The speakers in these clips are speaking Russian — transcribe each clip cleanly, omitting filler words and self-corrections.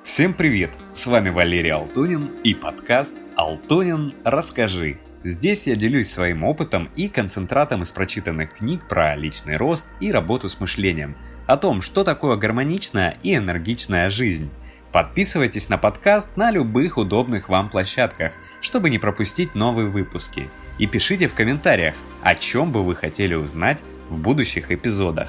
Всем привет! С вами Валерий Алтунин и подкаст «Алтунин, расскажи». Здесь я делюсь своим опытом и концентратом из прочитанных книг про личный рост и работу с мышлением, о том, что такое гармоничная и энергичная жизнь. Подписывайтесь на подкаст на любых удобных вам площадках, чтобы не пропустить новые выпуски. И пишите в комментариях, о чем бы вы хотели узнать в будущих эпизодах.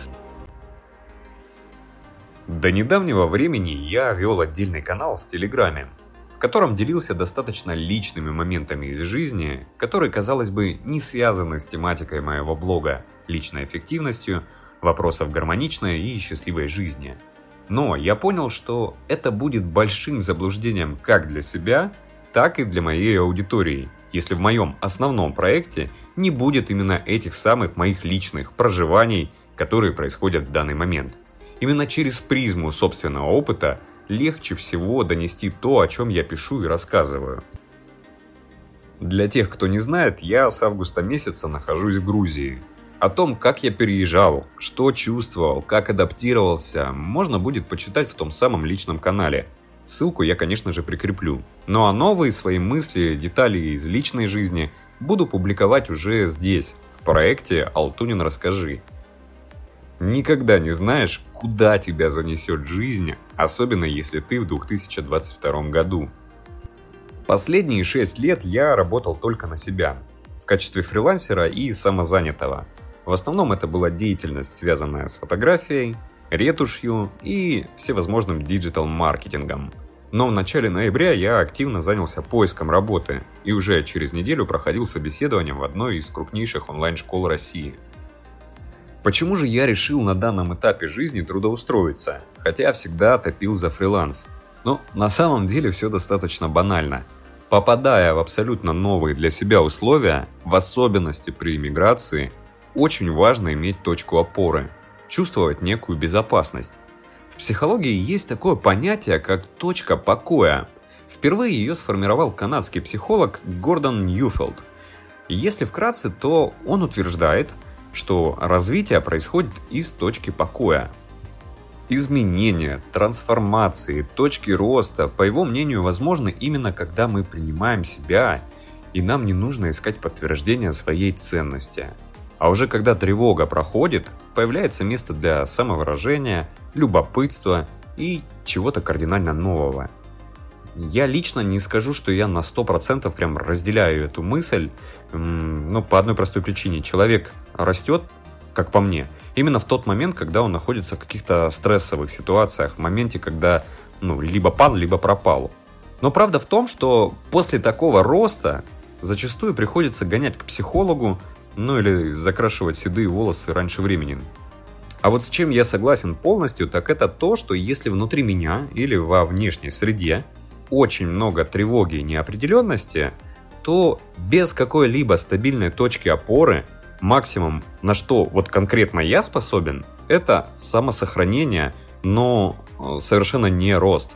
До недавнего времени я вел отдельный канал в Телеграме, в котором делился достаточно личными моментами из жизни, которые, казалось бы, не связаны с тематикой моего блога, личной эффективностью, вопросов гармоничной и счастливой жизни. Но я понял, что это будет большим заблуждением как для себя, так и для моей аудитории, если в моем основном проекте не будет именно этих самых моих личных проживаний, которые происходят в данный момент. Именно через призму собственного опыта легче всего донести то, о чем я пишу и рассказываю. Для тех, кто не знает, я с августа месяца нахожусь в Грузии. О том, как я переезжал, что чувствовал, как адаптировался, можно будет почитать в том самом личном канале. Ссылку я, конечно же, прикреплю. Ну а новые свои мысли, детали из личной жизни буду публиковать уже здесь, в проекте «Алтунин, расскажи». Никогда не знаешь, куда тебя занесет жизнь, особенно если ты в 2022 году. Последние 6 лет я работал только на себя, в качестве фрилансера и самозанятого. В основном это была деятельность, связанная с фотографией, ретушью и всевозможным диджитал-маркетингом. Но в начале ноября я активно занялся поиском работы и уже через неделю проходил собеседование в одной из крупнейших онлайн-школ России. Почему же я решил на данном этапе жизни трудоустроиться, хотя всегда топил за фриланс? На самом деле все достаточно банально. Попадая в абсолютно новые для себя условия, в особенности при иммиграции, очень важно иметь точку опоры, чувствовать некую безопасность. В психологии есть такое понятие, как точка покоя. Впервые ее сформировал канадский психолог Гордон Ньюфилд. Если вкратце, то он утверждает, что развитие происходит из точки покоя. Изменения, трансформации, точки роста, по его мнению, возможны именно когда мы принимаем себя, и нам не нужно искать подтверждения своей ценности. А уже когда тревога проходит, появляется место для самовыражения, любопытства и чего-то кардинально нового. Я лично не скажу, что я на 100% прям разделяю эту мысль, по одной простой причине. Человек растет, как по мне, именно в тот момент, когда он находится в каких-то стрессовых ситуациях, в моменте, когда либо пал, либо пропал. Но правда в том, что после такого роста зачастую приходится гонять к психологу, или закрашивать седые волосы раньше времени. А вот с чем я согласен полностью, так это то, что если внутри меня или во внешней среде очень много тревоги и неопределенности, то без какой-либо стабильной точки опоры максимум, на что вот конкретно я способен, это самосохранение, но совершенно не рост.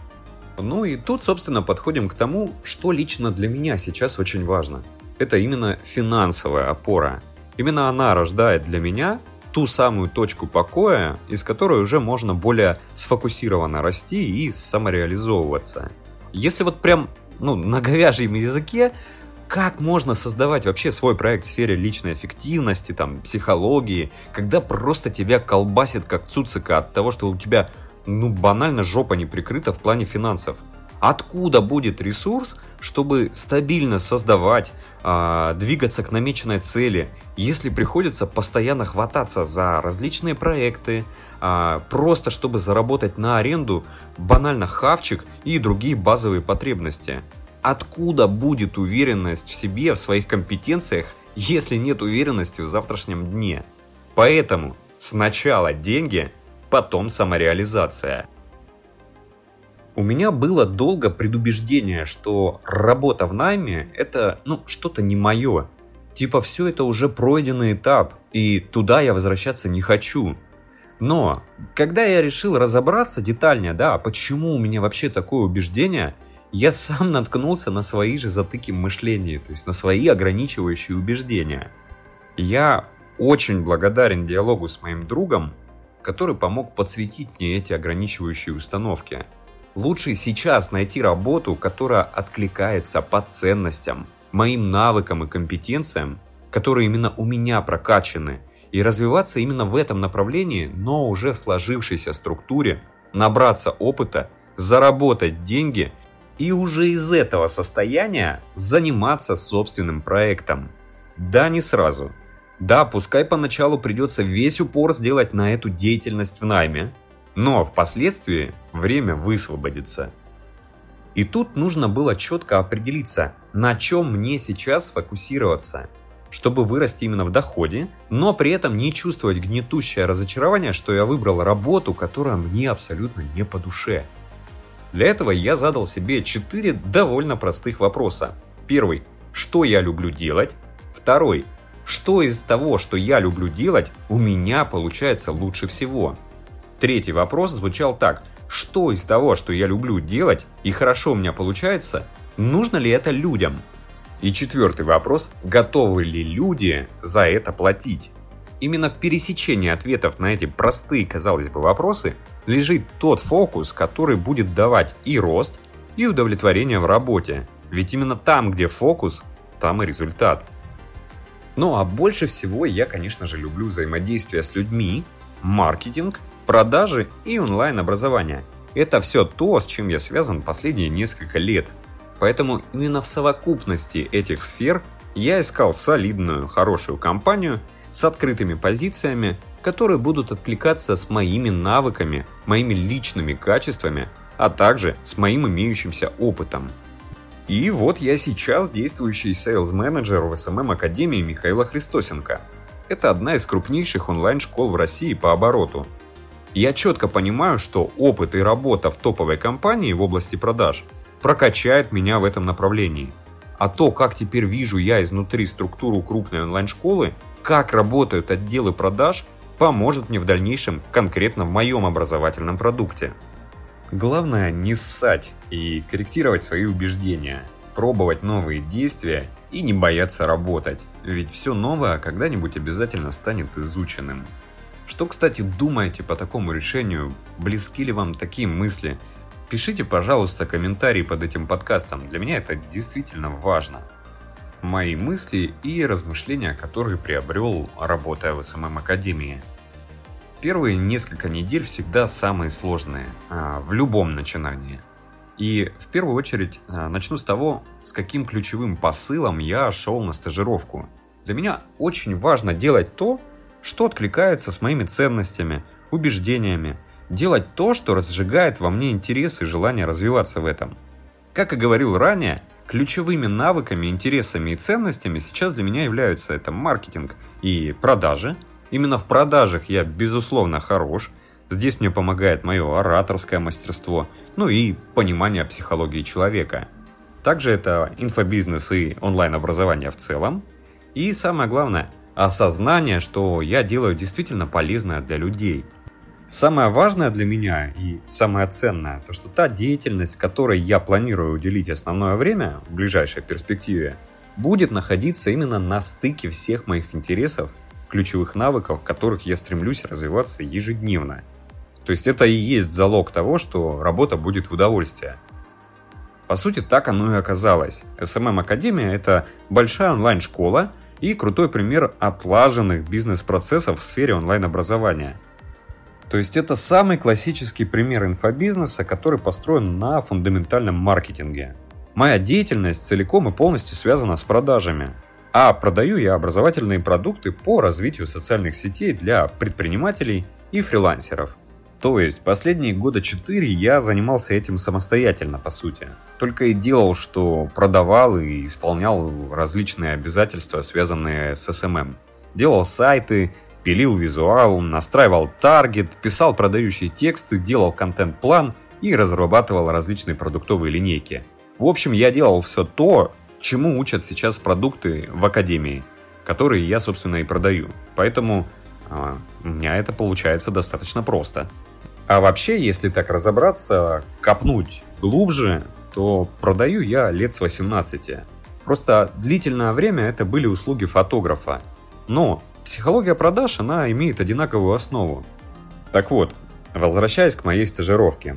И тут, собственно, подходим к тому, что лично для меня сейчас очень важно. Это именно финансовая опора. Именно она рождает для меня ту самую точку покоя, из которой уже можно более сфокусированно расти и самореализовываться. Если вот прям на говяжьем языке, как можно создавать вообще свой проект в сфере личной эффективности, психологии, когда просто тебя колбасит как цуцика от того, что у тебя банально жопа не прикрыта в плане финансов? Откуда будет ресурс, чтобы стабильно создавать, двигаться к намеченной цели, если приходится постоянно хвататься за различные проекты, просто чтобы заработать на аренду, банально хавчик и другие базовые потребности? Откуда будет уверенность в себе, в своих компетенциях, если нет уверенности в завтрашнем дне? Поэтому сначала деньги, потом самореализация. У меня было долго предубеждение, что работа в найме – это, что-то не мое. Все это уже пройденный этап, и туда я возвращаться не хочу. Но, когда я решил разобраться детальнее, почему у меня вообще такое убеждение, я сам наткнулся на свои же затыки мышления, то есть на свои ограничивающие убеждения. Я очень благодарен диалогу с моим другом, который помог подсветить мне эти ограничивающие установки. Лучше сейчас найти работу, которая откликается по ценностям, моим навыкам и компетенциям, которые именно у меня прокачаны, и развиваться именно в этом направлении, но уже в сложившейся структуре, набраться опыта, заработать деньги и уже из этого состояния заниматься собственным проектом. Да, не сразу. Да, пускай поначалу придется весь упор сделать на эту деятельность в найме, но впоследствии время высвободится. И тут нужно было четко определиться, на чем мне сейчас сфокусироваться, чтобы вырасти именно в доходе, но при этом не чувствовать гнетущее разочарование, что я выбрал работу, которая мне абсолютно не по душе. Для этого я задал себе 4 довольно простых вопроса. Первый. Что я люблю делать? Второй. Что из того, что я люблю делать, у меня получается лучше всего? Третий вопрос звучал так. Что из того, что я люблю делать и хорошо у меня получается, нужно ли это людям? И четвертый вопрос. Готовы ли люди за это платить? Именно в пересечении ответов на эти простые, казалось бы, вопросы лежит тот фокус, который будет давать и рост, и удовлетворение в работе. Ведь именно там, где фокус, там и результат. Ну а больше всего я, конечно же, люблю взаимодействие с людьми, маркетинг, продажи и онлайн-образование. Это все то, с чем я связан последние несколько лет. Поэтому именно в совокупности этих сфер я искал солидную, хорошую компанию с открытыми позициями, которые будут откликаться с моими навыками, моими личными качествами, а также с моим имеющимся опытом. И вот я сейчас действующий сейлс-менеджер в SMM Академии Михаила Христосенко. Это одна из крупнейших онлайн-школ в России по обороту. Я четко понимаю, что опыт и работа в топовой компании в области продаж прокачает меня в этом направлении. А то, как теперь вижу я изнутри структуру крупной онлайн-школы, как работают отделы продаж, поможет мне в дальнейшем конкретно в моем образовательном продукте. Главное не ссать и корректировать свои убеждения, пробовать новые действия и не бояться работать, ведь все новое когда-нибудь обязательно станет изученным. Что, кстати, думаете по такому решению? Близки ли вам такие мысли? Пишите, пожалуйста, комментарии под этим подкастом, для меня это действительно важно. Мои мысли и размышления, которые приобрел, работая в SMM Академии. Первые несколько недель всегда самые сложные в любом начинании. И в первую очередь начну с того, с каким ключевым посылом я шел на стажировку. Для меня очень важно делать то, что откликается с моими ценностями, убеждениями, делать то, что разжигает во мне интерес и желание развиваться в этом. Как и говорил ранее, ключевыми навыками, интересами и ценностями сейчас для меня являются это маркетинг и продажи. Именно в продажах я, безусловно, хорош. Здесь мне помогает мое ораторское мастерство, ну и понимание психологии человека. Также это инфобизнес и онлайн-образование в целом. И самое главное, осознание, что я делаю действительно полезное для людей. Самое важное для меня и самое ценное, то что та деятельность, которой я планирую уделить основное время в ближайшей перспективе, будет находиться именно на стыке всех моих интересов, ключевых навыков, в которых я стремлюсь развиваться ежедневно. То есть это и есть залог того, что работа будет в удовольствие. По сути, так оно и оказалось. SMM Академия – это большая онлайн-школа и крутой пример отлаженных бизнес-процессов в сфере онлайн-образования. То есть это самый классический пример инфобизнеса, который построен на фундаментальном маркетинге. Моя деятельность целиком и полностью связана с продажами. А продаю я образовательные продукты по развитию социальных сетей для предпринимателей и фрилансеров. То есть последние года 4 я занимался этим самостоятельно, по сути. Только и делал, что продавал и исполнял различные обязательства, связанные с SMM. Делал сайты, пилил визуал, настраивал таргет, писал продающие тексты, делал контент-план и разрабатывал различные продуктовые линейки. В общем, я делал все то, чему учат сейчас продукты в академии, которые я, собственно, и продаю. Поэтому у меня это получается достаточно просто. А вообще, если так разобраться, копнуть глубже, то продаю я лет с 18. Просто длительное время это были услуги фотографа. Но психология продаж, она имеет одинаковую основу. Так вот, возвращаясь к моей стажировке.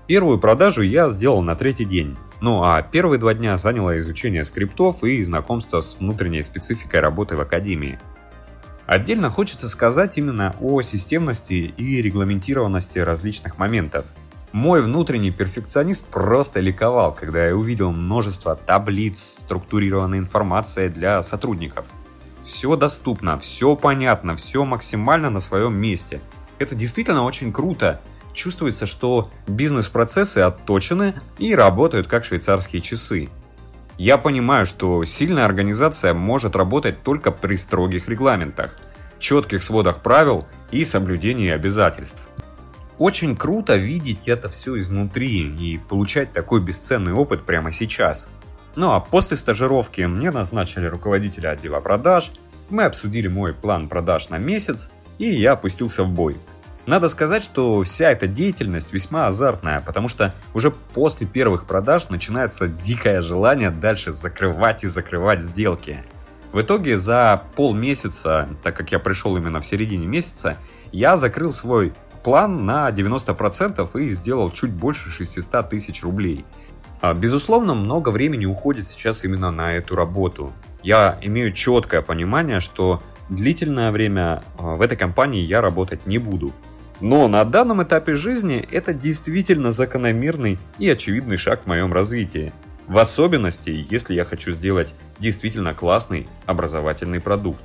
Первую продажу я сделал на третий день, ну а первые 2 дня заняло изучение скриптов и знакомство с внутренней спецификой работы в академии. Отдельно хочется сказать именно о системности и регламентированности различных моментов. Мой внутренний перфекционист просто ликовал, когда я увидел множество таблиц, структурированной информации для сотрудников. Все доступно, все понятно, все максимально на своем месте. Это действительно очень круто. Чувствуется, что бизнес-процессы отточены и работают как швейцарские часы. Я понимаю, что сильная организация может работать только при строгих регламентах, четких сводах правил и соблюдении обязательств. Очень круто видеть это все изнутри и получать такой бесценный опыт прямо сейчас. Ну а после стажировки мне назначили руководителя отдела продаж, мы обсудили мой план продаж на месяц, и я опустился в бой. Надо сказать, что вся эта деятельность весьма азартная, потому что уже после первых продаж начинается дикое желание дальше закрывать и закрывать сделки. В итоге за полмесяца, так как я пришел именно в середине месяца, я закрыл свой план на 90% и сделал чуть больше 600 тысяч рублей. Безусловно, много времени уходит сейчас именно на эту работу. Я имею четкое понимание, что длительное время в этой компании я работать не буду. Но на данном этапе жизни это действительно закономерный и очевидный шаг в моем развитии. В особенности, если я хочу сделать действительно классный образовательный продукт.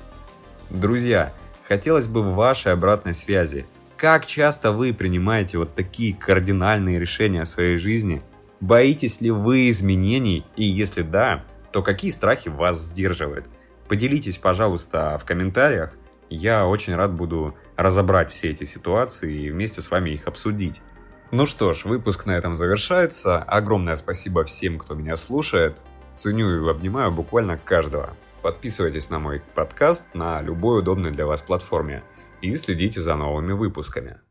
Друзья, хотелось бы вашей обратной связи. Как часто вы принимаете вот такие кардинальные решения в своей жизни? Боитесь ли вы изменений? И если да, то какие страхи вас сдерживают? Поделитесь, пожалуйста, в комментариях. Я очень рад буду разобрать все эти ситуации и вместе с вами их обсудить. Ну что ж, выпуск на этом завершается. Огромное спасибо всем, кто меня слушает. Ценю и обнимаю буквально каждого. Подписывайтесь на мой подкаст на любой удобной для вас платформе и следите за новыми выпусками.